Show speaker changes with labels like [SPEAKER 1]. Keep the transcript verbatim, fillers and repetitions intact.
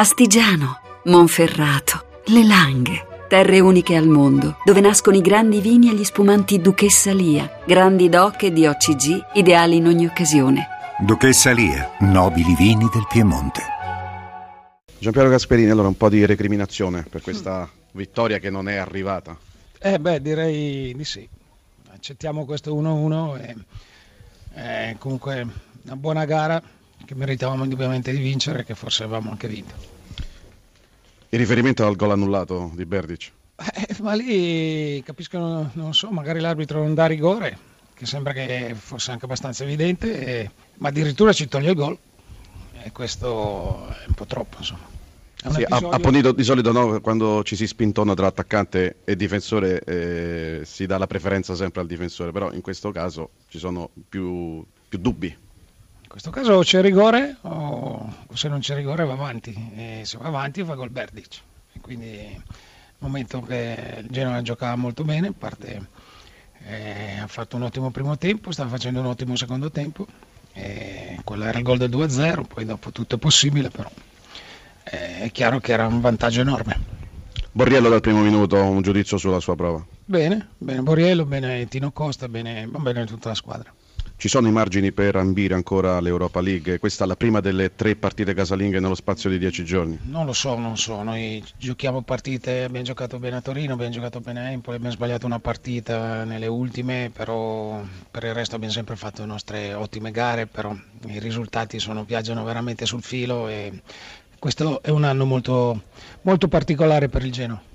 [SPEAKER 1] Astigiano, Monferrato, Le Langhe. Terre uniche al mondo, dove nascono i grandi vini e gli spumanti Duchessa Lia, grandi doc e di O C G, ideali in ogni occasione.
[SPEAKER 2] Duchessa Lia, nobili vini del Piemonte.
[SPEAKER 3] Giampiero Gasperini, allora un po' di recriminazione per questa vittoria che non è arrivata.
[SPEAKER 4] Eh beh, direi di sì. Accettiamo questo uno a uno e eh, comunque una buona gara che meritavamo indubbiamente di vincere e che forse avevamo anche vinto.
[SPEAKER 3] In riferimento al gol annullato di Berdic?
[SPEAKER 4] Eh, ma lì capisco, non, non so, magari l'arbitro non dà rigore, che sembra che fosse anche abbastanza evidente, e, ma addirittura ci toglie il gol, e questo è un po' troppo, insomma.
[SPEAKER 3] Sì,
[SPEAKER 4] episodio...
[SPEAKER 3] Appunto, di solito no, quando ci si spintona tra attaccante e difensore eh, si dà la preferenza sempre al difensore, però in questo caso ci sono più, più dubbi.
[SPEAKER 4] In questo caso o c'è rigore o se non c'è rigore va avanti, e se va avanti fa gol Berdic, e quindi nel momento che il Genoa giocava molto bene, a parte eh, ha fatto un ottimo primo tempo, sta facendo un ottimo secondo tempo, e quello era il gol del due a zero, poi dopo tutto è possibile, però eh, è chiaro che era un vantaggio enorme.
[SPEAKER 3] Borriello dal primo minuto, un giudizio sulla sua prova?
[SPEAKER 4] Bene, bene Borriello, bene Tino Costa, bene, bene tutta la squadra.
[SPEAKER 3] Ci sono i margini per ambire ancora all'Europa League? Questa è la prima delle tre partite casalinghe nello spazio di dieci giorni?
[SPEAKER 4] Non lo so, non so. Noi giochiamo partite, abbiamo giocato bene a Torino, abbiamo giocato bene a Empoli, abbiamo sbagliato una partita nelle ultime, però per il resto abbiamo sempre fatto le nostre ottime gare, però i risultati sono, viaggiano veramente sul filo e questo è un anno molto, molto particolare per il Genoa.